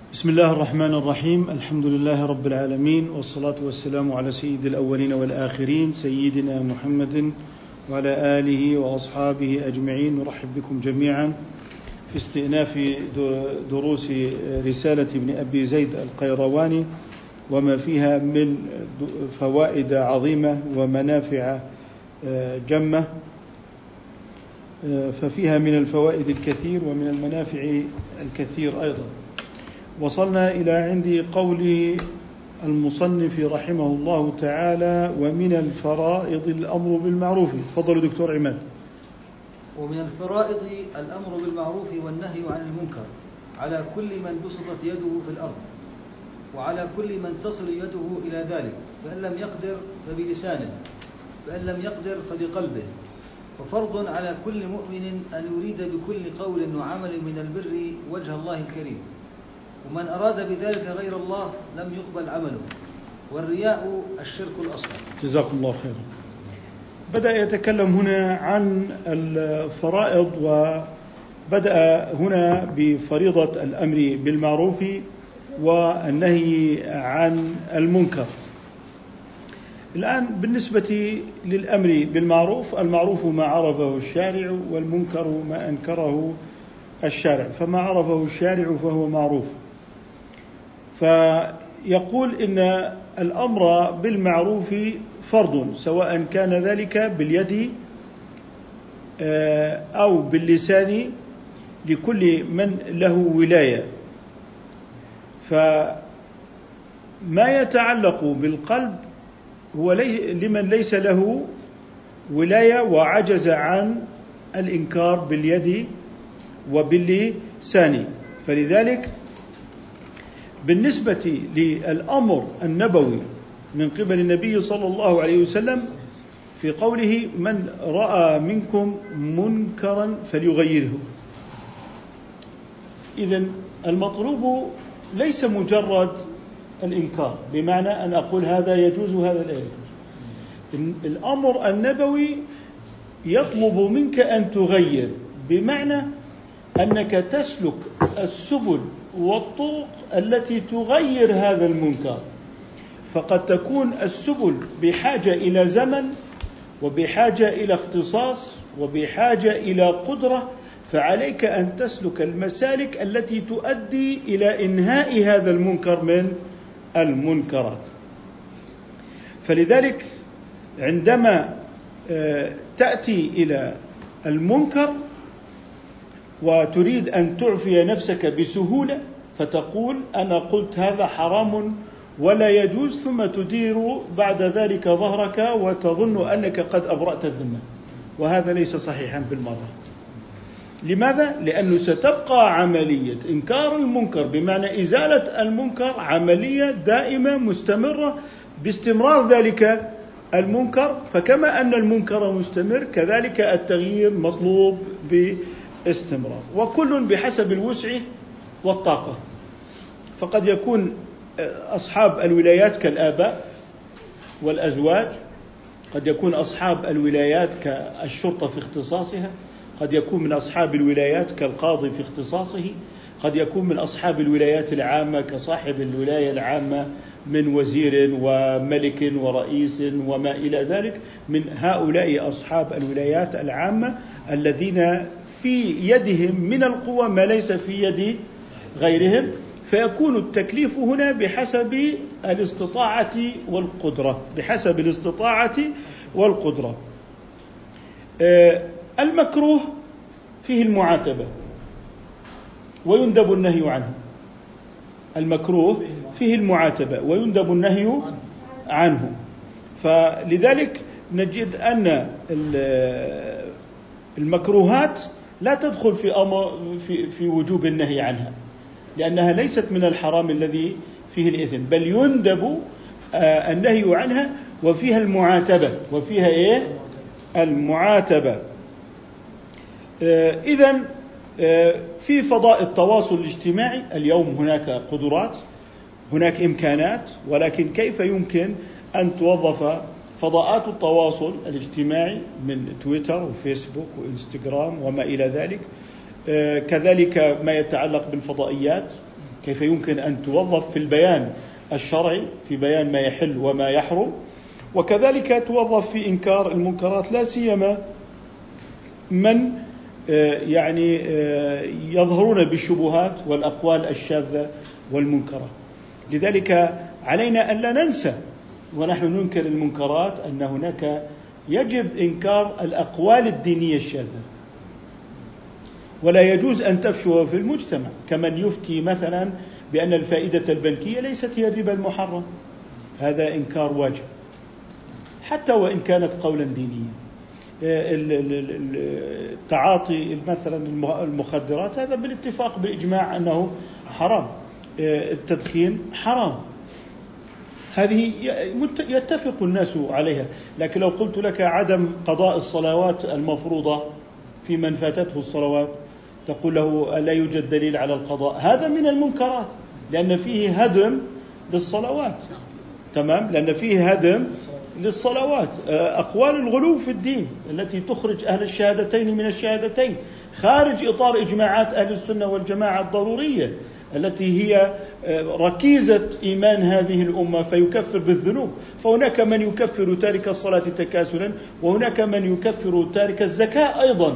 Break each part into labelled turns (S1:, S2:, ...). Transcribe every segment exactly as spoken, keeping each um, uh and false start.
S1: بسم الله الرحمن الرحيم. الحمد لله رب العالمين، والصلاة والسلام على سيد الأولين والآخرين سيدنا محمد وعلى آله وأصحابه أجمعين. نرحب بكم جميعا في استئناف دروس رسالة ابن أبي زيد القيرواني وما فيها من فوائد عظيمة ومنافع جمة. ففيها من الفوائد الكثير ومن المنافع الكثير أيضا. وصلنا إلى عند قول المصنف رحمه الله تعالى: ومن الفرائض الأمر بالمعروف. تفضل دكتور عماد.
S2: ومن الفرائض الأمر بالمعروف والنهي عن المنكر على كل من بسطت يده في الأرض، وعلى كل من تصل يده إلى ذلك، فإن لم يقدر فبلسانه، فإن لم يقدر فبقلبه. وفرض على كل مؤمن أن يريد بكل قول وعمل من البر وجه الله الكريم، ومن أراد بذلك غير الله لم يقبل عمله، والرياء الشرك الأصغر.
S1: جزاكم الله خيرا. بدأ يتكلم هنا عن الفرائض، وبدأ هنا بفريضة الأمر بالمعروف والنهي عن المنكر. الآن بالنسبة للأمر بالمعروف، المعروف ما عرفه الشارع، والمنكر ما أنكره الشارع، فما عرفه الشارع فهو معروف. فيقول إن الأمر بالمعروف فرض، سواء كان ذلك باليد أو باللسان لكل من له ولاية. فما يتعلق بالقلب هو لمن ليس له ولاية وعجز عن الإنكار باليد وباللسان. فلذلك بالنسبة للأمر النبوي من قبل النبي صلى الله عليه وسلم في قوله: من رأى منكم منكرا فليغيره. إذن المطلوب ليس مجرد الإنكار، بمعنى أن أقول هذا يجوز وهذا لا يجوز. الأمر النبوي يطلب منك أن تغير، بمعنى أنك تسلك السبل والطرق التي تغير هذا المنكر. فقد تكون السبل بحاجة إلى زمن، وبحاجة إلى اختصاص، وبحاجة إلى قدرة، فعليك أن تسلك المسالك التي تؤدي إلى إنهاء هذا المنكر من المنكرات. فلذلك عندما تأتي إلى المنكر وتريد أن تعفي نفسك بسهولة، فتقول أنا قلت هذا حرام ولا يجوز، ثم تدير بعد ذلك ظهرك وتظن أنك قد أبرأت الذمة، وهذا ليس صحيحا بالمرة. لماذا؟ لأنه ستبقى عملية إنكار المنكر، بمعنى إزالة المنكر، عملية دائمة مستمرة باستمرار ذلك المنكر. فكما أن المنكر مستمر، كذلك التغيير مطلوب باستمرار، وكل بحسب الوسع والطاقة. فقد يكون أصحاب الولايات كالآباء والأزواج، قد يكون أصحاب الولايات كالشرطة في اختصاصها، قد يكون من أصحاب الولايات كالقاضي في اختصاصه، قد يكون من أصحاب الولايات العامة كصاحب الولاية العامة من وزير وملك ورئيس وما إلى ذلك، من هؤلاء أصحاب الولايات العامة الذين في يدهم من القوة ما ليس في يد غيرهم. فيكون التكليف هنا بحسب الاستطاعة والقدرة، بحسب الاستطاعة والقدرة. المكروه فيه المعاتبة ويندب النهي عنه. المكروه فيه المعاتبة ويندب النهي عنه. فلذلك نجد أن المكروهات لا تدخل في أمر في في وجوب النهي عنها، لأنها ليست من الحرام الذي فيه الإثم، بل يندب النهي عنها، وفيها المعاتبة، وفيها إيه؟ المعاتبة. إذن في فضاء التواصل الاجتماعي اليوم هناك قدرات، هناك إمكانات، ولكن كيف يمكن أن توظف فضاءات التواصل الاجتماعي من تويتر وفيسبوك وإنستغرام وما إلى ذلك، كذلك ما يتعلق بالفضائيات كيف يمكن أن توظف في البيان الشرعي في بيان ما يحل وما يحرم، وكذلك توظف في إنكار المنكرات، لا سيما من يعني يظهرون بالشبهات والأقوال الشاذة والمنكرة. لذلك علينا أن لا ننسى ونحن ننكر المنكرات أن هناك يجب إنكار الأقوال الدينية الشاذة، ولا يجوز أن تفشو في المجتمع كمن يفتي مثلا بأن الفائدة البنكية ليست هي الربا المحرم، هذا إنكار واجب حتى وإن كانت قولا دينيا. التعاطي مثلا المخدرات هذا بالاتفاق بالإجماع أنه حرام، التدخين حرام، هذه يتفق الناس عليها. لكن لو قلت لك عدم قضاء الصلوات المفروضة في من فاتته الصلوات تقول له لا يوجد دليل على القضاء، هذا من المنكرات لأن فيه هدم للصلوات، تمام، لأن فيه هدم للصلوات. أقوال الغلو في الدين التي تخرج أهل الشهادتين من الشهادتين خارج إطار إجماعات أهل السنة والجماعة الضرورية التي هي ركيزة إيمان هذه الأمة، فيكفر بالذنوب. فهناك من يكفر تارك الصلاة تكاسلا، وهناك من يكفر تارك الزكاة أيضا.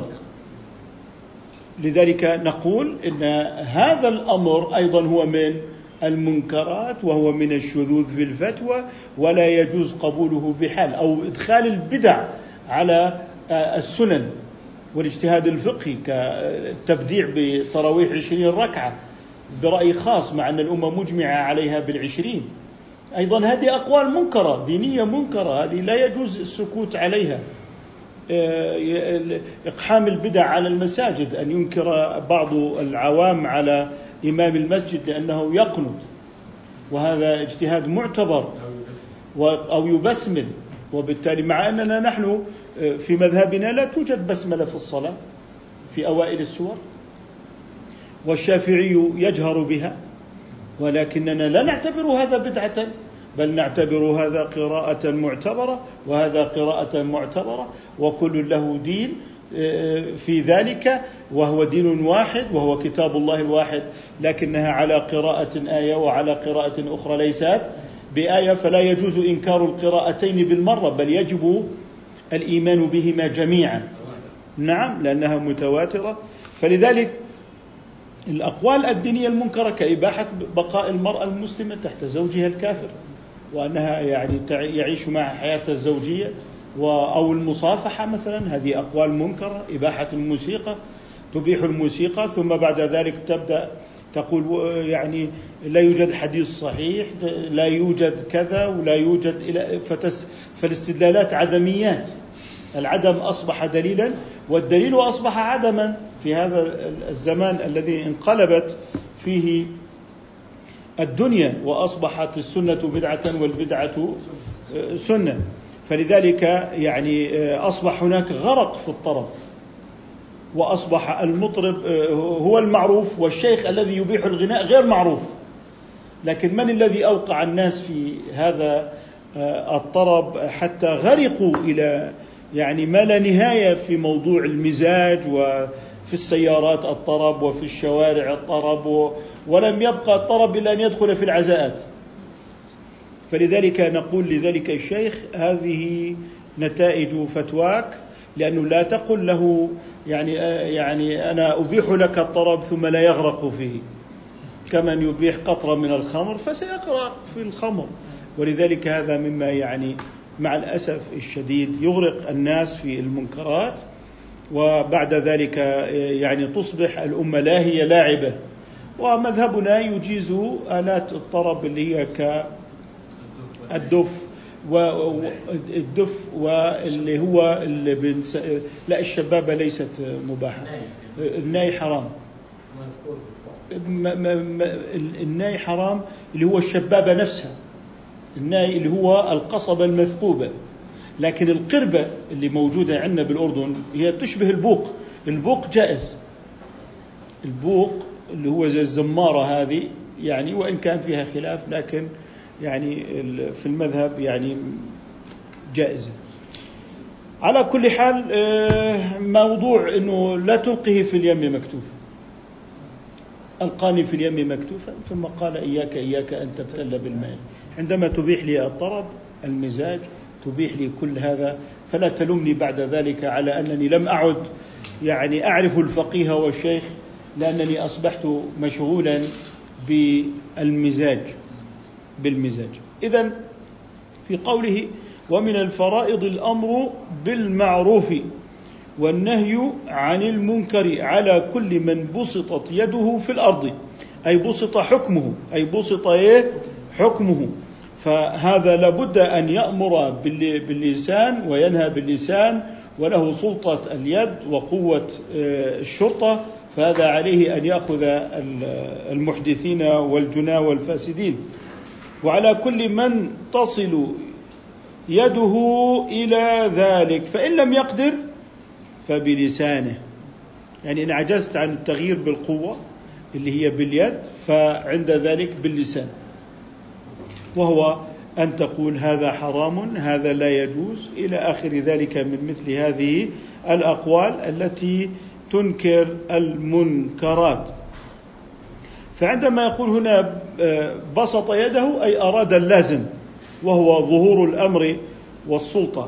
S1: لذلك نقول إن هذا الأمر أيضا هو من المنكرات وهو من الشذوذ في الفتوى، ولا يجوز قبوله بحال، أو إدخال البدع على السنن والاجتهاد الفقهي كالتبديع بتراويح عشرين ركعة برأي خاص مع أن الأمة مجمعة عليها بالعشرين. أيضا هذه أقوال منكرة دينية منكرة، هذه لا يجوز السكوت عليها. إقحام البدع على المساجد، أن ينكر بعض العوام على إمام المسجد لأنه يقنط، وهذا اجتهاد معتبر، أو يبسمل، وبالتالي مع أننا نحن في مذهبنا لا توجد بسملة في الصلاة في أوائل السور، والشافعي يجهر بها، ولكننا لا نعتبر هذا بدعة، بل نعتبر هذا قراءة معتبرة وهذا قراءة معتبرة، وكل له دين في ذلك، وهو دين واحد وهو كتاب الله الواحد، لكنها على قراءة آية وعلى قراءة أخرى ليست بآية، فلا يجوز إنكار القراءتين بالمرة، بل يجب الإيمان بهما جميعا. نعم، لأنها متواترة. فلذلك الأقوال الدينية المنكرة كإباحة بقاء المرأة المسلمة تحت زوجها الكافر، وأنها يعني يعيش مع حياة الزوجية، أو المصافحة مثلا، هذه أقوال منكرة. إباحة الموسيقى، تبيح الموسيقى ثم بعد ذلك تبدأ تقول يعني لا يوجد حديث صحيح، لا يوجد كذا ولا يوجد إلى فتس، فالاستدلالات عدميات، العدم أصبح دليلا والدليل أصبح عدما في هذا الزمان الذي انقلبت فيه الدنيا، وأصبحت السنة بدعة والبدعة سنة. فلذلك يعني أصبح هناك غرق في الطرب، وأصبح المطرب هو المعروف، والشيخ الذي يبيح الغناء غير معروف. لكن من الذي أوقع الناس في هذا الطرب حتى غرقوا إلى يعني ما لا نهاية في موضوع المزاج، وفي السيارات الطرب، وفي الشوارع الطرب، ولم يبقى الطرب إلا أن يدخل في العزاءات. فلذلك نقول لذلك الشيخ هذه نتائج فتواك، لأنه لا تقل له يعني يعني أنا أبيح لك الطرب ثم لا يغرق فيه، كمن يبيح قطرة من الخمر فسيغرق في الخمر. ولذلك هذا مما يعني مع الأسف الشديد يغرق الناس في المنكرات، وبعد ذلك يعني تصبح الأمة لاهية لاعبة. ومذهبنا يجيز آلات الطرب اللي هي كالدف والدف واللي هو اللي بنس... لا الشبابة ليست مباحة، الناي حرام، الناي حرام اللي هو الشبابة نفسها، الناي اللي هو القصبة المثقوبة. لكن القربة اللي موجودة عندنا بالأردن هي تشبه البوق، البوق جائز، البوق اللي هو زي الزمارة هذه يعني، وإن كان فيها خلاف لكن يعني في المذهب يعني جائزة. على كل حال موضوع إنه لا تلقه في اليم مكتوف، ألقاني في اليم مكتوفا ثم قال إياك إياك أن تبتل بالماء. عندما تبيح لي الطرب المزاج تبيح لي كل هذا، فلا تلومني بعد ذلك على أنني لم أعد يعني أعرف الفقيه والشيخ، لأنني أصبحت مشغولا بالمزاج بالمزاج. إذن في قوله ومن الفرائض الأمر بالمعروف والنهي عن المنكر على كل من بسطت يده في الأرض، أي بسط حكمه أي بسط إيه حكمه. فهذا لابد أن يأمر باللسان وينهى باللسان، وله سلطة اليد وقوة الشرطة، فهذا عليه أن يأخذ المحدثين والجنى والفاسدين. وعلى كل من تصل يده إلى ذلك، فإن لم يقدر فبلسانه، يعني إن عجزت عن التغيير بالقوة اللي هي باليد فعند ذلك باللسان، وهو أن تقول هذا حرام هذا لا يجوز إلى آخر ذلك من مثل هذه الأقوال التي تنكر المنكرات. فعندما يقول هنا بسط يده أي أراد اللازم وهو ظهور الأمر والسلطة.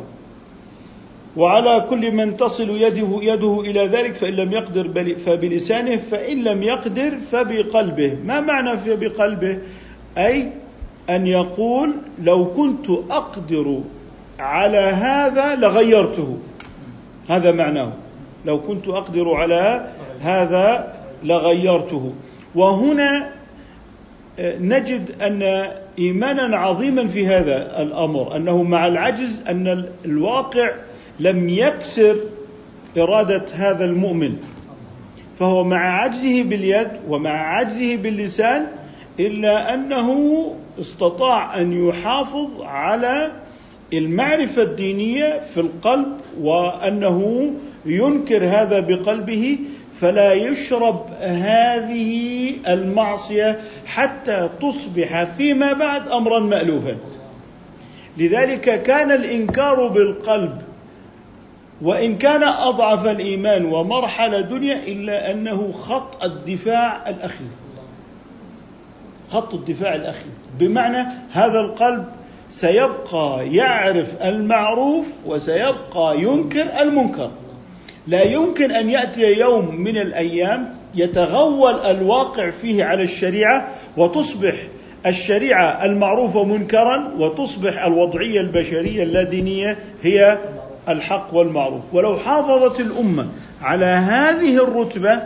S1: وعلى كل من تصل يده, يده إلى ذلك فإن لم يقدر فبلسانه، فإن لم يقدر فبقلبه. ما معنى فبقلبه؟ أي أن يقول لو كنت أقدر على هذا لغيرته، هذا معناه، لو كنت أقدر على هذا لغيرته. وهنا نجد أن إيمانا عظيما في هذا الأمر، أنه مع العجز أن الواقع لم يكسر إرادة هذا المؤمن، فهو مع عجزه باليد ومع عجزه باللسان إلا أنه استطاع أن يحافظ على المعرفة الدينية في القلب، وأنه ينكر هذا بقلبه، فلا يشرب هذه المعصية حتى تصبح فيما بعد أمرا مألوفا. لذلك كان الإنكار بالقلب وإن كان أضعف الإيمان ومرحلة دنيا إلا أنه خط الدفاع الأخير، خط الدفاع الأخير، بمعنى هذا القلب سيبقى يعرف المعروف وسيبقى ينكر المنكر. لا يمكن أن يأتي يوم من الأيام يتغول الواقع فيه على الشريعة وتصبح الشريعة المعروفة منكرا، وتصبح الوضعية البشرية اللادينية هي الحق والمعروف. ولو حافظت الأمة على هذه الرتبة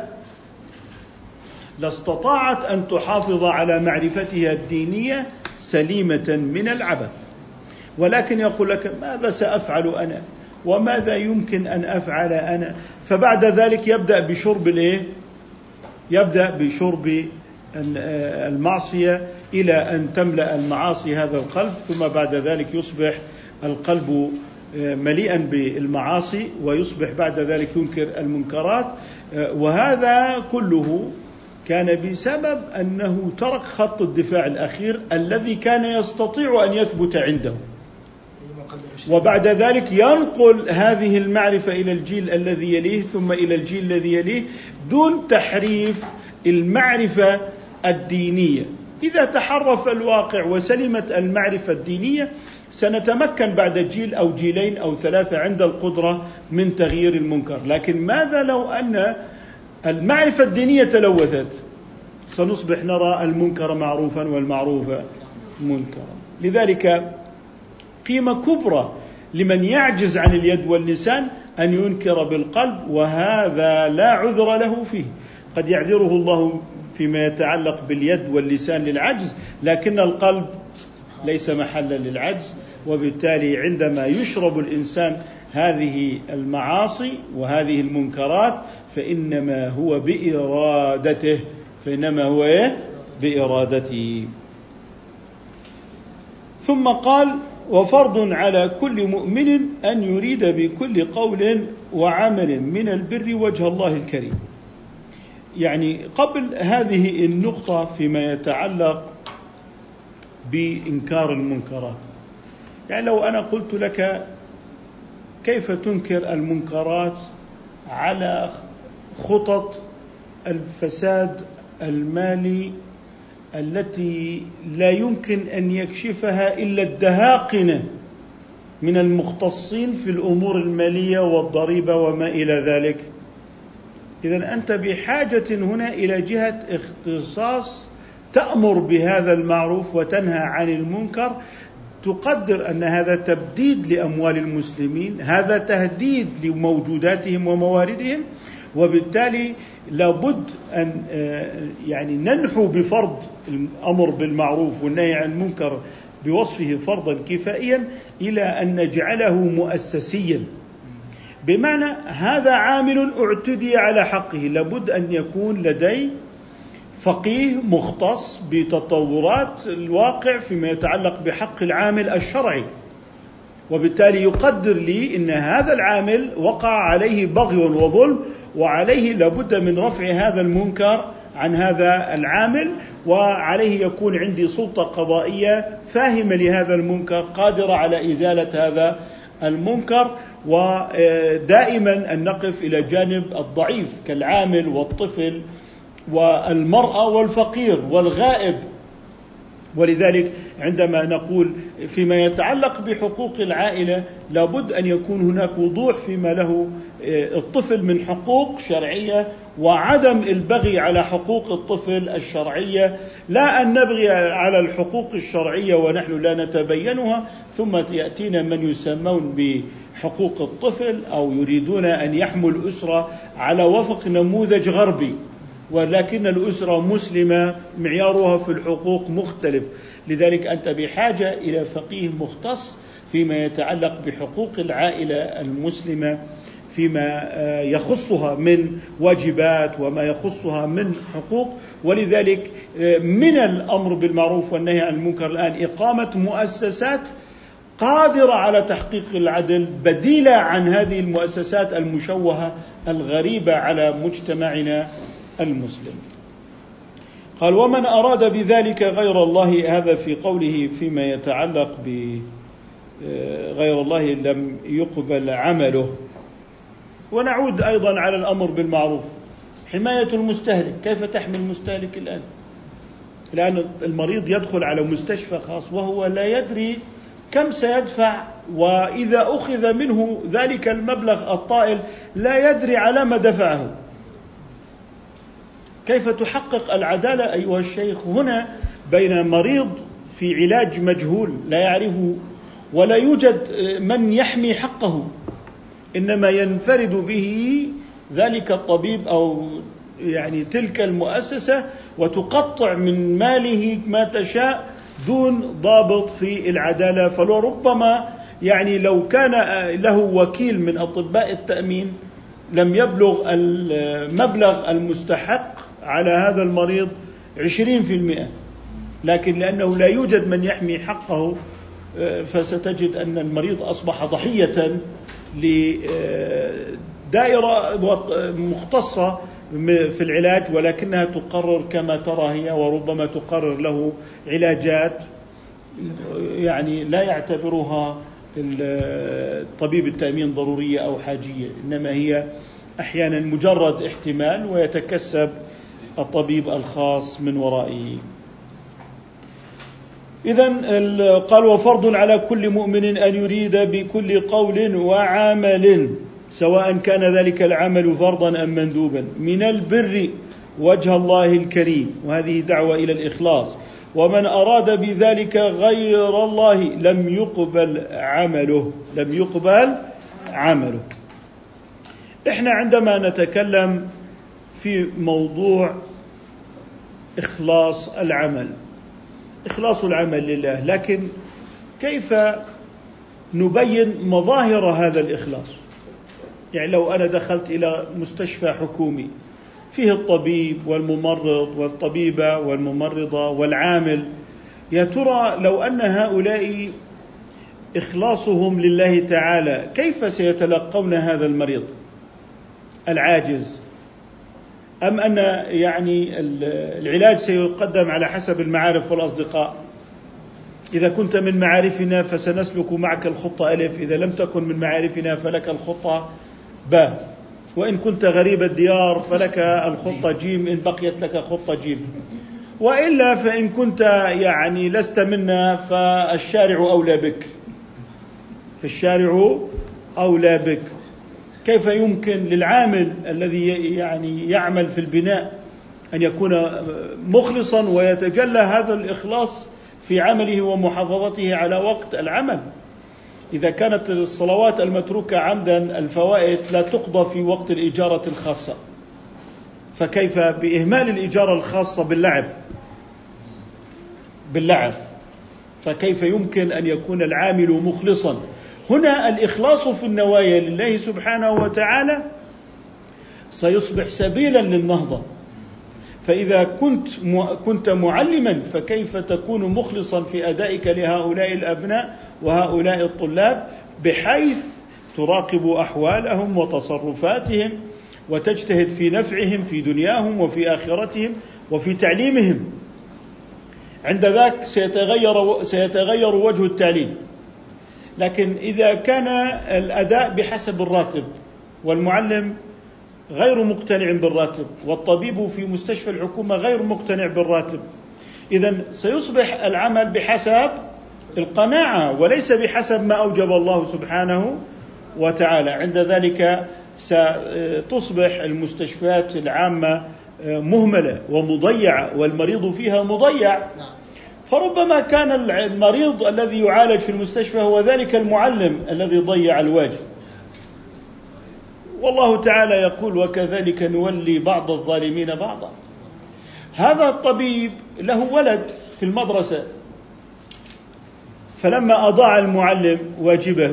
S1: لاستطاعت أن تحافظ على معرفتها الدينية سليمة من العبث. ولكن يقول لك ماذا سأفعل أنا وماذا يمكن أن أفعل أنا، فبعد ذلك يبدأ بشرب الإيه؟ يبدأ بشرب المعصية إلى أن تملأ المعاصي هذا القلب، ثم بعد ذلك يصبح القلب مليئا بالمعاصي ويصبح بعد ذلك ينكر المنكرات. وهذا كله كان بسبب أنه ترك خط الدفاع الأخير الذي كان يستطيع أن يثبت عنده، وبعد ذلك ينقل هذه المعرفة إلى الجيل الذي يليه ثم إلى الجيل الذي يليه دون تحريف المعرفة الدينية. إذا تحرف الواقع وسلمت المعرفة الدينية سنتمكن بعد جيل أو جيلين أو ثلاثة عند القدرة من تغيير المنكر. لكن ماذا لو أن المعرفة الدينية تلوثت؟ سنصبح نرى المنكر معروفا والمعروف منكرا. لذلك قيمة كبرى لمن يعجز عن اليد واللسان أن ينكر بالقلب، وهذا لا عذر له فيه. قد يعذره الله فيما يتعلق باليد واللسان للعجز، لكن القلب ليس محلا للعجز، وبالتالي عندما يشرب الإنسان هذه المعاصي وهذه المنكرات فإنما هو بإرادته فإنما هو إيه؟ بإرادته. ثم قال وفرض على كل مؤمن أن يريد بكل قول وعمل من البر وجه الله الكريم. يعني قبل هذه النقطة فيما يتعلق بإنكار المنكرات، يعني لو أنا قلت لك كيف تنكر المنكرات على خطط الفساد المال التي لا يمكن أن يكشفها إلا الدهاقنة من المختصين في الأمور المالية والضريبة وما إلى ذلك. إذن أنت بحاجة هنا إلى جهة اختصاص تأمر بهذا المعروف وتنهى عن المنكر، تقدر أن هذا تبديد لأموال المسلمين، هذا تهديد لموجوداتهم ومواردهم، وبالتالي لابد أن يعني ننحو بفرض الأمر بالمعروف والنهي عن المنكر بوصفه فرضا كفائيا إلى أن نجعله مؤسسيا، بمعنى هذا عامل اعتدي على حقه، لابد أن يكون لدي فقيه مختص بتطورات الواقع فيما يتعلق بحق العامل الشرعي، وبالتالي يقدر لي أن هذا العامل وقع عليه بغي وظلم، وعليه لابد من رفع هذا المنكر عن هذا العامل، وعليه يكون عندي سلطة قضائية فاهمة لهذا المنكر قادرة على إزالة هذا المنكر. ودائما أن نقف إلى جانب الضعيف كالعامل والطفل والمرأة والفقير والغائب. ولذلك عندما نقول فيما يتعلق بحقوق العائلة لابد أن يكون هناك وضوح فيما له الطفل من حقوق شرعية، وعدم البغي على حقوق الطفل الشرعية، لا أن نبغي على الحقوق الشرعية ونحن لا نتبينها ثم يأتينا من يسمون بحقوق الطفل أو يريدون أن يحموا الأسرة على وفق نموذج غربي، ولكن الأسرة مسلمة معيارها في الحقوق مختلف. لذلك أنت بحاجة إلى فقيه مختص فيما يتعلق بحقوق العائلة المسلمة، فيما يخصها من واجبات وما يخصها من حقوق. ولذلك من الأمر بالمعروف والنهي عن المنكر الآن إقامة مؤسسات قادرة على تحقيق العدل بديلة عن هذه المؤسسات المشوهة الغريبة على مجتمعنا المسلم. قال: ومن أراد بذلك غير الله، هذا في قوله فيما يتعلق بغير الله لم يقبل عمله. ونعود أيضا على الأمر بالمعروف، حماية المستهلك. كيف تحمي المستهلك الآن؟ الآن المريض يدخل على مستشفى خاص وهو لا يدري كم سيدفع، وإذا أخذ منه ذلك المبلغ الطائل لا يدري على ما دفعه. كيف تحقق العدالة أيها الشيخ هنا بين مريض في علاج مجهول لا يعرفه ولا يوجد من يحمي حقه، إنما ينفرد به ذلك الطبيب أو يعني تلك المؤسسة وتقطع من ماله ما تشاء دون ضابط في العدالة؟ فلربما يعني لو كان له وكيل من أطباء التأمين لم يبلغ المبلغ المستحق على هذا المريض عشرين في المئة، لكن لأنه لا يوجد من يحمي حقه فستجد أن المريض أصبح ضحية لدائرة مختصة في العلاج، ولكنها تقرر كما ترى هي، وربما تقرر له علاجات يعني لا يعتبرها طبيب التأمين ضرورية أو حاجية، إنما هي أحيانا مجرد احتمال ويتكسب الطبيب الخاص من ورائه. إذن قال: وفرض على كل مؤمن أن يريد بكل قول وعمل سواء كان ذلك العمل فرضا أم مندوبا من البر وجه الله الكريم، وهذه دعوة إلى الإخلاص. ومن أراد بذلك غير الله لم يقبل عمله لم يقبل عمله. إحنا عندما نتكلم في موضوع إخلاص العمل، إخلاص العمل لله، لكن كيف نبين مظاهر هذا الإخلاص؟ يعني لو أنا دخلت إلى مستشفى حكومي فيه الطبيب والممرض والطبيبة والممرضة والعامل، يا ترى لو أن هؤلاء إخلاصهم لله تعالى كيف سيتلقون هذا المريض العاجز؟ أم أن يعني العلاج سيقدم على حسب المعارف والأصدقاء؟ إذا كنت من معارفنا فسنسلك معك الخطة ألف، إذا لم تكن من معارفنا فلك الخطة باء. وإن كنت غريب الديار فلك الخطة جيم إن بقيت لك خطة جيم، وإلا فإن كنت يعني لست منا فالشارع أولى بك، فالشارع أولى بك. كيف يمكن للعامل الذي يعني يعمل في البناء أن يكون مخلصا ويتجلى هذا الإخلاص في عمله ومحافظته على وقت العمل؟ إذا كانت الصلوات المتروكة عمدا الفوائد لا تقضى في وقت الإجارة الخاصة، فكيف بإهمال الإجارة الخاصة باللعب باللعب فكيف يمكن أن يكون العامل مخلصا؟ هنا الإخلاص في النوايا لله سبحانه وتعالى سيصبح سبيلا للنهضة. فإذا كنت كنت معلما فكيف تكون مخلصا في أدائك لهؤلاء الأبناء وهؤلاء الطلاب، بحيث تراقب أحوالهم وتصرفاتهم وتجتهد في نفعهم في دنياهم وفي آخرتهم وفي تعليمهم. عند ذاك سيتغير سيتغير وجه التعليم. لكن إذا كان الأداء بحسب الراتب والمعلم غير مقتنع بالراتب والطبيب في مستشفى الحكومة غير مقتنع بالراتب، إذن سيصبح العمل بحسب القناعة وليس بحسب ما أوجب الله سبحانه وتعالى. عند ذلك ستصبح المستشفيات العامة مهملة ومضيعة والمريض فيها مضيع، فربما كان المريض الذي يعالج في المستشفى هو ذلك المعلم الذي ضيع الواجب. والله تعالى يقول: وكذلك نولي بعض الظالمين بعضا. هذا الطبيب له ولد في المدرسة، فلما أضاع المعلم واجبه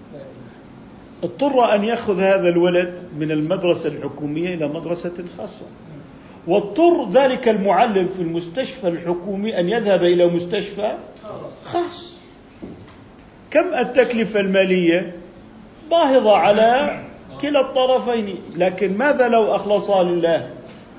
S1: اضطر أن يأخذ هذا الولد من المدرسة الحكومية إلى مدرسة خاصة، واضطر ذلك المعلم في المستشفى الحكومي أن يذهب إلى مستشفى خاص. كم التكلفة المالية؟ باهظة على كلا الطرفين. لكن ماذا لو أخلصا لله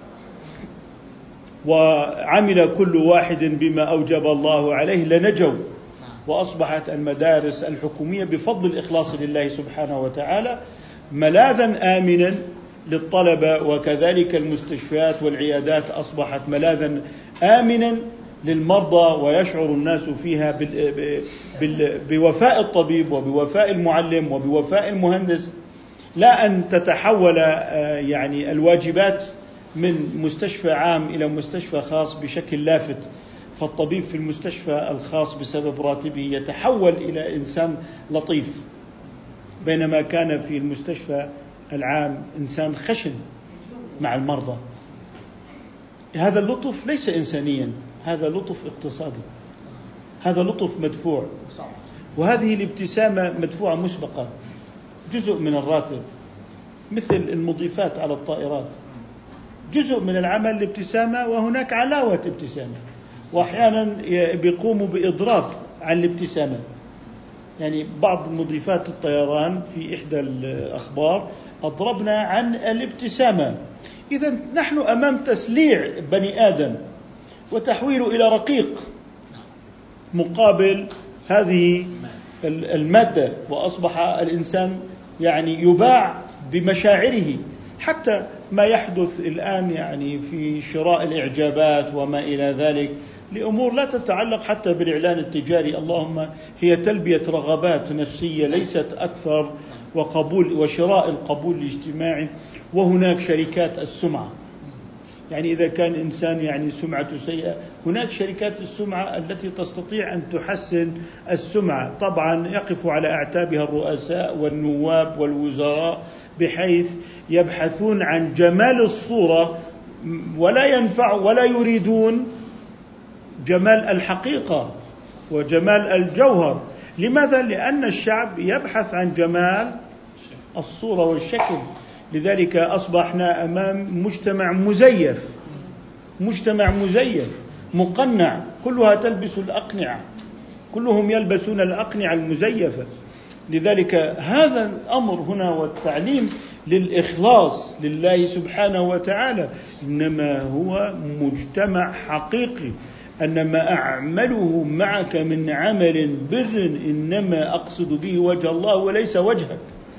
S1: وعمل كل واحد بما أوجب الله عليه لنجوا، وأصبحت المدارس الحكومية بفضل الإخلاص لله سبحانه وتعالى ملاذا آمنا للطلبة، وكذلك المستشفيات والعيادات أصبحت ملاذا آمنا للمرضى، ويشعر الناس فيها بوفاء الطبيب وبوفاء المعلم وبوفاء المهندس، لا أن تتحول يعني الواجبات من مستشفى عام إلى مستشفى خاص بشكل لافت. فالطبيب في المستشفى الخاص بسبب راتبه يتحول إلى إنسان لطيف، بينما كان في المستشفى العام إنسان خشن مع المرضى. هذا اللطف ليس إنسانيا، هذا لطف اقتصادي، هذا لطف مدفوع، وهذه الابتسامة مدفوعة مسبقا، جزء من الراتب، مثل المضيفات على الطائرات، جزء من العمل الابتسامة، وهناك علاوة ابتسامة، وأحيانا بيقوموا بإضراب عن الابتسامة. يعني بعض مضيفات الطيران في إحدى الأخبار أضربنا عن الابتسامة. إذن نحن أمام تسليع بني آدم وتحويله إلى رقيق مقابل هذه المادة، وأصبح الإنسان يعني يباع بمشاعره. حتى ما يحدث الآن يعني في شراء الإعجابات وما إلى ذلك لأمور لا تتعلق حتى بالإعلان التجاري، اللهم هي تلبية رغبات نفسية ليست أكثر، وقبول وشراء القبول الاجتماعي. وهناك شركات السمعة، يعني إذا كان إنسان يعني سمعته سيئة، هناك شركات السمعة التي تستطيع أن تحسن السمعة. طبعا يقف على أعتابها الرؤساء والنواب والوزراء بحيث يبحثون عن جمال الصورة ولا ينفع ولا يريدون جمال الحقيقة وجمال الجوهر. لماذا؟ لأن الشعب يبحث عن جمال الصورة والشكل. لذلك أصبحنا أمام مجتمع مزيف، مجتمع مزيف مقنع، كلها تلبس الأقنعة، كلهم يلبسون الأقنعة المزيفة. لذلك هذا الأمر هنا والتعليم للإخلاص لله سبحانه وتعالى إنما هو مجتمع حقيقي. أن ما أعمله معك من عمل بر إنما أقصد به وجه الله وليس وجهك،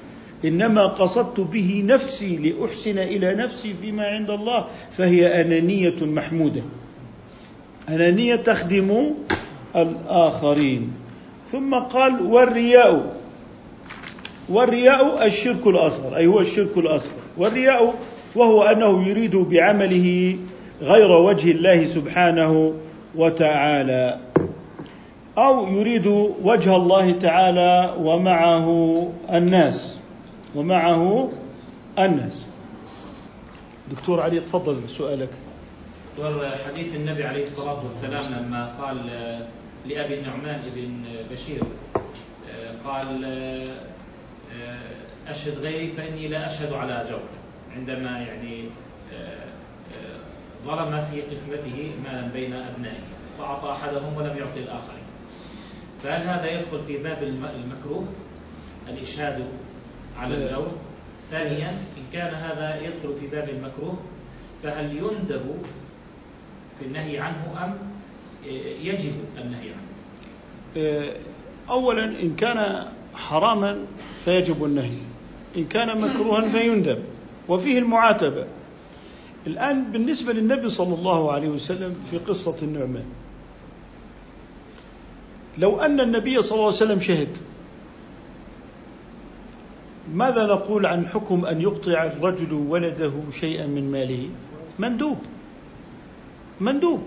S1: إنما قصدت به نفسي لأحسن إلى نفسي فيما عند الله، فهي أنانية محمودة، أنانية تخدم الآخرين. ثم قال والرياء، والرياء الشرك الأصغر، أي هو الشرك الأصغر. والرياء وهو أنه يريد بعمله غير وجه الله سبحانه وتعالى، أو يريد وجه الله تعالى ومعه الناس ومعه الناس. دكتور علي تفضل سؤالك.
S3: دكتور، حديث النبي عليه الصلاة والسلام لما قال لأبي النعمان بن بشير، قال أشهد غيري فإني لا أشهد على جور، عندما يعني ظلم في قسمته مالا بين أبنائه فأعطى أحدهم ولم يعطي الآخرين، فهل هذا يدخل في باب المكروه الإشهاد على الجور؟ ثانيا، إن كان هذا يدخل في باب المكروه فهل يندب في النهي عنه أم يجب النهي عنه؟
S1: أولا إن كان حراما فيجب النهي، إن كان مكروها فيندب، وفيه المعاتبة. الآن بالنسبة للنبي صلى الله عليه وسلم في قصة النعمان، لو أن النبي صلى الله عليه وسلم شهد، ماذا نقول عن حكم أن يقطع الرجل ولده شيئا من ماله؟ مندوب، مندوب.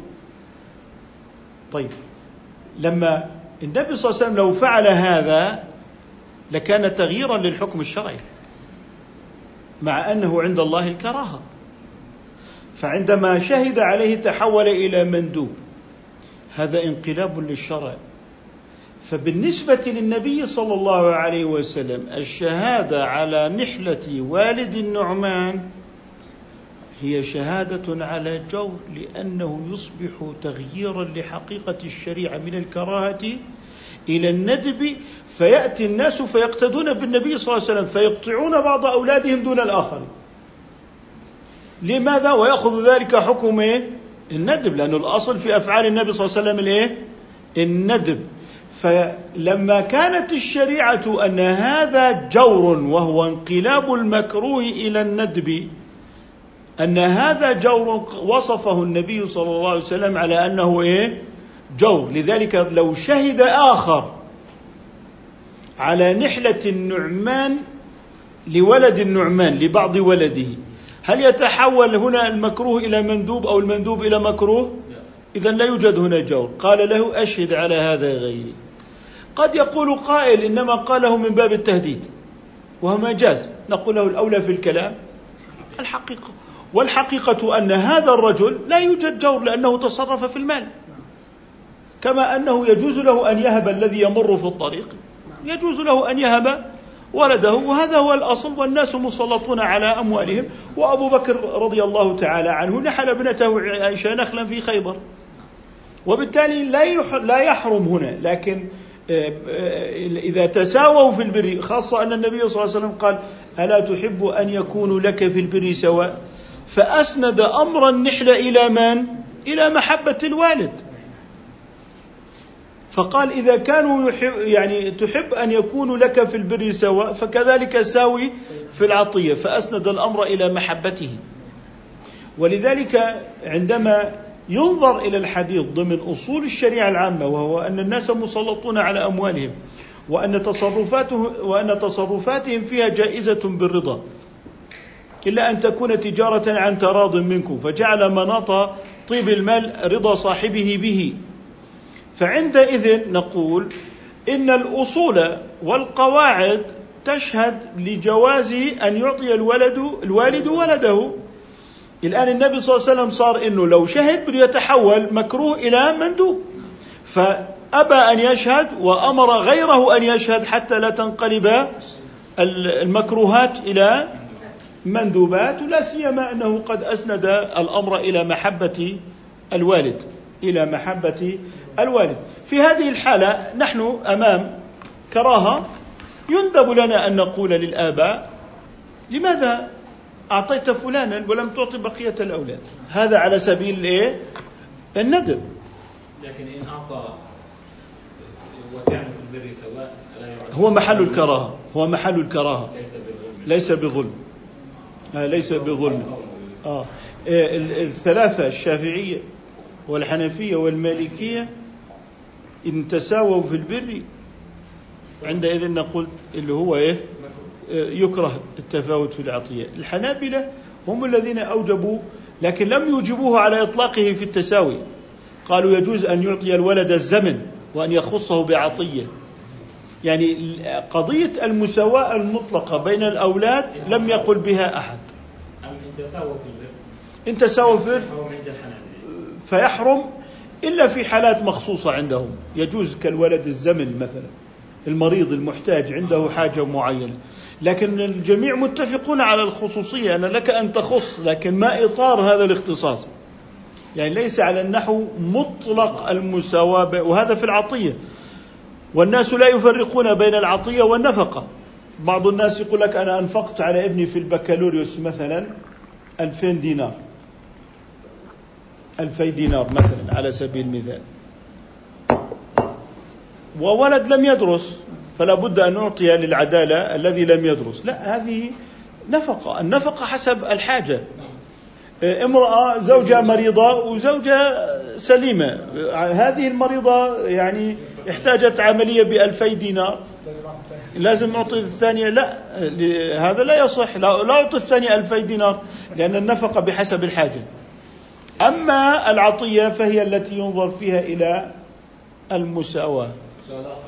S1: طيب، لما النبي صلى الله عليه وسلم لو فعل هذا لكان تغييرا للحكم الشرعي، مع أنه عند الله الكراهة، فعندما شهد عليه تحول إلى مندوب، هذا انقلاب للشرع. فبالنسبة للنبي صلى الله عليه وسلم الشهادة على نحلة والد النعمان هي شهادة على جور، لأنه يصبح تغييرا لحقيقة الشريعة من الكراهة إلى الندب، فيأتي الناس فيقتدون بالنبي صلى الله عليه وسلم فيقطعون بعض أولادهم دون الآخرين. لماذا؟ ويأخذ ذلك حكم الندب، لأن الأصل في أفعال النبي صلى الله عليه وسلم الإيه؟ الندب. فلما كانت الشريعة أن هذا جور وهو انقلاب المكروه إلى الندب، أن هذا جور وصفه النبي صلى الله عليه وسلم على أنه إيه؟ جور. لذلك لو شهد آخر على نحلة النعمان لولد النعمان لبعض ولده، هل يتحول هنا المكروه إلى مندوب أو المندوب إلى مكروه؟ إذن لا يوجد هنا جور. قال له أشهد على هذا غيري. قد يقول قائل إنما قاله من باب التهديد وهو مجاز، نقول له الأولى في الكلام الحقيقة، والحقيقة أن هذا الرجل لا يوجد جور لأنه تصرف في المال، كما أنه يجوز له أن يهب الذي يمر في الطريق، يجوز له أن يهب ولده، وهذا هو الأصل، والناس مسلطون على أموالهم. وأبو بكر رضي الله تعالى عنه نحل ابنته عائشة نخلا في خيبر، وبالتالي لا يحرم هنا. لكن إذا تساووا في البر، خاصة أن النبي صلى الله عليه وسلم قال ألا تحب أن يكون لك في البر سواء، فأسند أمر النحلة إلى من؟ إلى محبة الوالد، فقال إذا كانوا يحب يعني تحب أن يكونوا لك في البر سواء فكذلك ساوي في العطية، فأسند الأمر إلى محبته. ولذلك عندما ينظر إلى الحديث ضمن أصول الشريعة العامة، وهو أن الناس مسلطون على أموالهم، وأن تصرفاته وأن تصرفاتهم فيها جائزة بالرضا، إلا أن تكون تجارة عن تراض منكم، فجعل مناط طيب المال رضا صاحبه به. فعندئذ نقول إن الأصول والقواعد تشهد لجواز أن يعطي الولد الوالد ولده. الآن النبي صلى الله عليه وسلم صار إنه لو شهد بده يتحول مكروه إلى مندوب، فأبى أن يشهد وأمر غيره أن يشهد حتى لا تنقلب المكروهات إلى مندوبات، ولا سيما أنه قد أسند الأمر إلى محبة الوالد إلى محبة الوالد. في هذه الحالة نحن أمام كراهة، يندب لنا أن نقول للآباء لماذا أعطيت فلانا ولم تعطي بقية الأولاد؟ هذا على سبيل إيه؟ الندب.
S3: لكن إن أعطى وكانوا في البر سواء لا يعد
S1: هو محل الكراهة، هو محل الكراهة،
S3: ليس بظلم
S1: ليس بظلم، آه ليس بظلم. آه الثلاثة الشافعية والحنفية والمالكية إن تساووا في البر عندئذ نقول اللي هو إيه يكره التفاوت في العطية. الحنابلة هم الذين أوجبوا، لكن لم يوجبوه على إطلاقه في التساوي، قالوا يجوز أن يعطي الولد الزمن وأن يخصه بعطية. يعني قضية المساواة المطلقة بين الأولاد لم يقل بها أحد.
S3: أم إن تساووا في البر،
S1: إن تساووا في فيحرم إلا في حالات مخصوصة عندهم، يجوز كالولد الزمن مثلا، المريض المحتاج عنده حاجة معينة، لكن الجميع متفقون على الخصوصية، أن لك أن تخص، لكن ما إطار هذا الاختصاص، يعني ليس على النحو مطلق المساواة، وهذا في العطية. والناس لا يفرقون بين العطية والنفقة. بعض الناس يقول لك أنا أنفقت على ابني في البكالوريوس مثلا ألفين دينار، ألفي دينار مثلا على سبيل المثال، وولد لم يدرس، فلا بد أن نعطي للعدالة الذي لم يدرس. لا، هذه نفقة، النفقة حسب الحاجة. امرأة زوجة مريضة وزوجة سليمة، هذه المريضة يعني احتاجت عملية بألفي دينار، لازم نعطي الثانية؟ لا، هذا لا يصح، لا أعطي الثانية ألفي دينار، لأن النفقة بحسب الحاجة. أما العطية فهي التي ينظر فيها إلى المساواة.
S3: سؤال آخر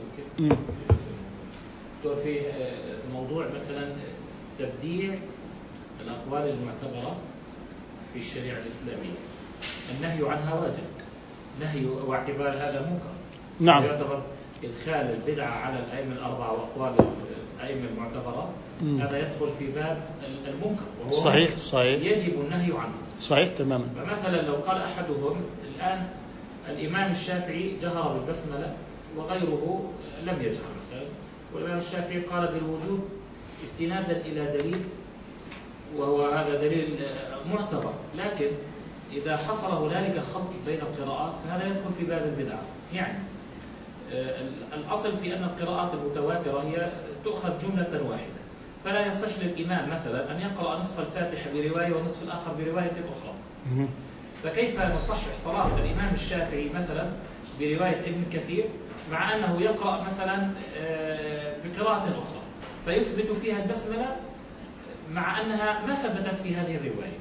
S3: دكتور، في موضوع مثلا تبديع الأقوال المعتبرة في الشريعة الإسلامية، النهي عنها واجب، نهي واعتبار هذا منكر.
S1: نعم.
S3: يعتبر إدخال البدعة على الأئمة الأربعة وأقوال الأئمة المعتبرة، م. هذا يدخل في باب المنكر، وهو
S1: صحيح صحيح
S3: يجب النهي عنه.
S1: صحيح تماما.
S3: فمثلا لو قال أحدهم الآن الإمام الشافعي جهر بالبسملة وغيره لم يجهر مثلا، والإمام الشافعي قال بالوجوب استنادا إلى دليل، وهو هذا دليل معتبر، لكن إذا حصل هنالك خلط بين القراءات فهذا يدخل في باب البدعة. يعني الأصل في أن القراءات المتواترة هي تؤخذ جملة واحدة، فلا يصح للإمام مثلا أن يقرأ نصف الفاتحة برواية ونصف الآخر برواية أخرى. فكيف نصحح صلاة الإمام الشافعي مثلا برواية ابن كثير مع أنه يقرأ مثلا بقراءة أخرى فيثبت فيها البسملة مع أنها ما ثبتت في هذه الرواية؟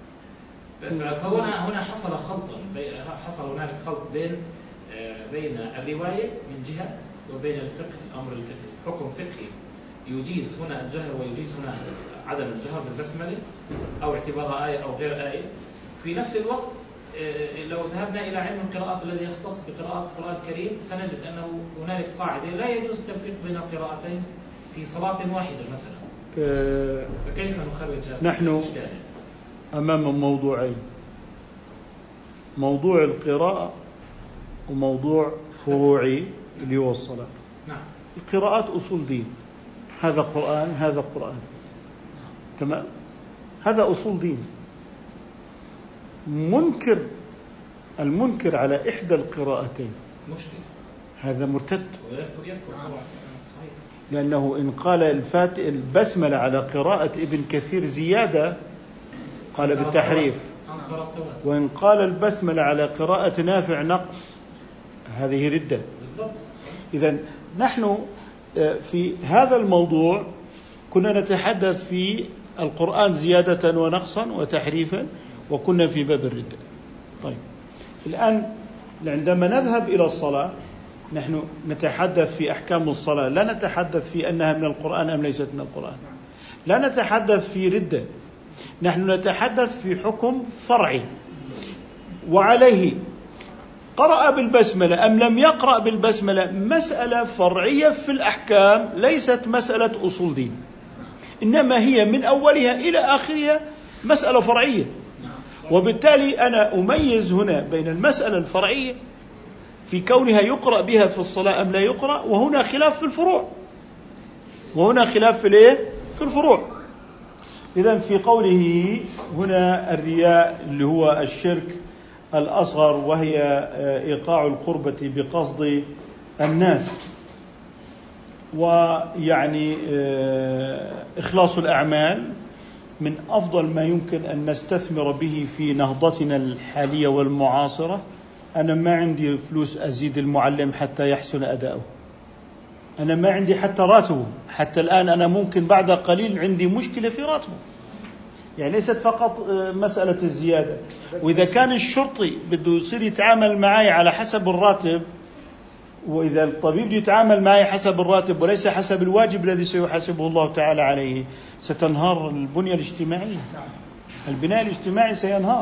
S3: فهنا هنا حصل خلطا، حصل هنالك خلط بين بين الرواية من جهة وبين الفقه، الأمر الفقهي، حكم فقهي يجيز هنا الجهر ويجيز هنا عدم الجهر بالبسملة أو اعتبارها آية أو غير آية. في نفس الوقت لو ذهبنا إلى علم القراءات الذي يختص بقراءة القرآن الكريم سنجد أنه هنالك قاعدة لا يجوز التفريق بين القراءتين في صلاة واحدة مثلا. أه فكيف نخرج هذا؟
S1: نحن أمام موضوعين، موضوع القراءة وموضوع فروعي اللي هو الصلاة.
S3: نعم.
S1: القراءات أصول دين، هذا قرآن هذا قرآن، تمام، هذا أصول دين. منكر المنكر على إحدى القراءتين
S3: مشكلة،
S1: هذا مرتد،
S3: صحيح.
S1: لأنه إن قال الفات البسملة على قراءة ابن كثير زيادة قال بالتحريف، وإن قال البسملة على قراءة نافع نقص، هذه ردة. إذن نحن في هذا الموضوع كنا نتحدث في القرآن زيادة ونقصا وتحريفا، وكنا في باب الردة. طيب الآن عندما نذهب إلى الصلاة نحن نتحدث في أحكام الصلاة، لا نتحدث في أنها من القرآن أم ليست من القرآن، لا نتحدث في ردة، نحن نتحدث في حكم فرعي، وعليه قرأ بالبسملة أم لم يقرأ بالبسملة مسألة فرعية في الأحكام، ليست مسألة أصول دين، إنما هي من أولها إلى آخرها مسألة فرعية. وبالتالي أنا أميز هنا بين المسألة الفرعية في كونها يقرأ بها في الصلاة أم لا يقرأ، وهنا خلاف في الفروع، وهنا خلاف في الايه في الفروع. إذن في قوله هنا الرياء اللي هو الشرك الأصغر، وهي إيقاع القربة بقصد الناس ويعني إخلاص الأعمال من أفضل ما يمكن أن نستثمر به في نهضتنا الحالية والمعاصرة. أنا ما عندي فلوس أزيد المعلم حتى يحسن أداؤه، أنا ما عندي حتى راتبه، حتى الآن أنا ممكن بعد قليل عندي مشكلة في راتبه، يعني ليست فقط مسألة الزيادة. وإذا كان الشرطي بده يصير يتعامل معي على حسب الراتب، وإذا الطبيب يتعامل معي حسب الراتب وليس حسب الواجب الذي سيحاسبه الله تعالى عليه، ستنهار البنية الاجتماعية، البناء الاجتماعي سينهار.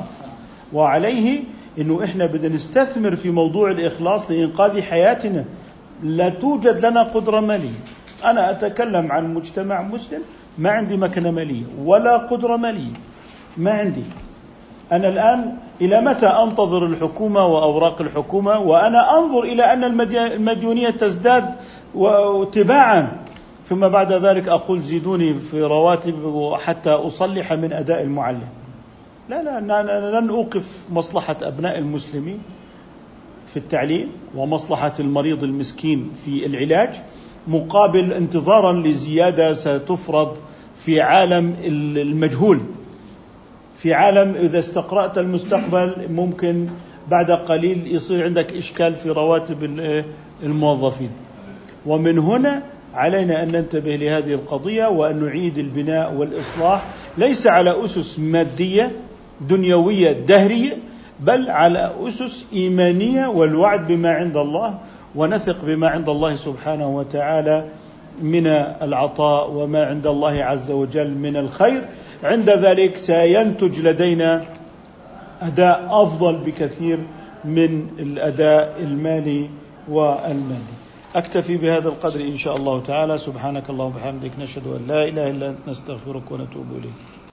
S1: وعليه إنه إحنا بدنا نستثمر في موضوع الإخلاص لإنقاذ حياتنا. لا توجد لنا قدرة مالية. أنا أتكلم عن مجتمع مسلم ما عندي مكنة مالية ولا قدرة مالية، ما عندي. أنا الآن إلى متى أنتظر الحكومة وأوراق الحكومة وأنا أنظر إلى أن المديونية تزداد وتباعا، ثم بعد ذلك أقول زيدوني في رواتب حتى أصلح من أداء المعلم؟ لا لا، أنا لن أوقف مصلحة أبناء المسلمين في التعليم ومصلحة المريض المسكين في العلاج مقابل انتظارا لزيادة ستفرض في عالم المجهول، في عالم إذا استقرأت المستقبل ممكن بعد قليل يصير عندك إشكال في رواتب الموظفين. ومن هنا علينا أن ننتبه لهذه القضية وأن نعيد البناء والإصلاح ليس على أسس مادية دنيوية دهرية، بل على أسس إيمانية والوعد بما عند الله، ونثق بما عند الله سبحانه وتعالى من العطاء وما عند الله عز وجل من الخير. عند ذلك سينتج لدينا أداء أفضل بكثير من الأداء المالي والمادي. أكتفي بهذا القدر إن شاء الله تعالى. سبحانك اللهم وبحمدك، نشهد أن لا إله إلا أنت، نستغفرك ونتوب إليك.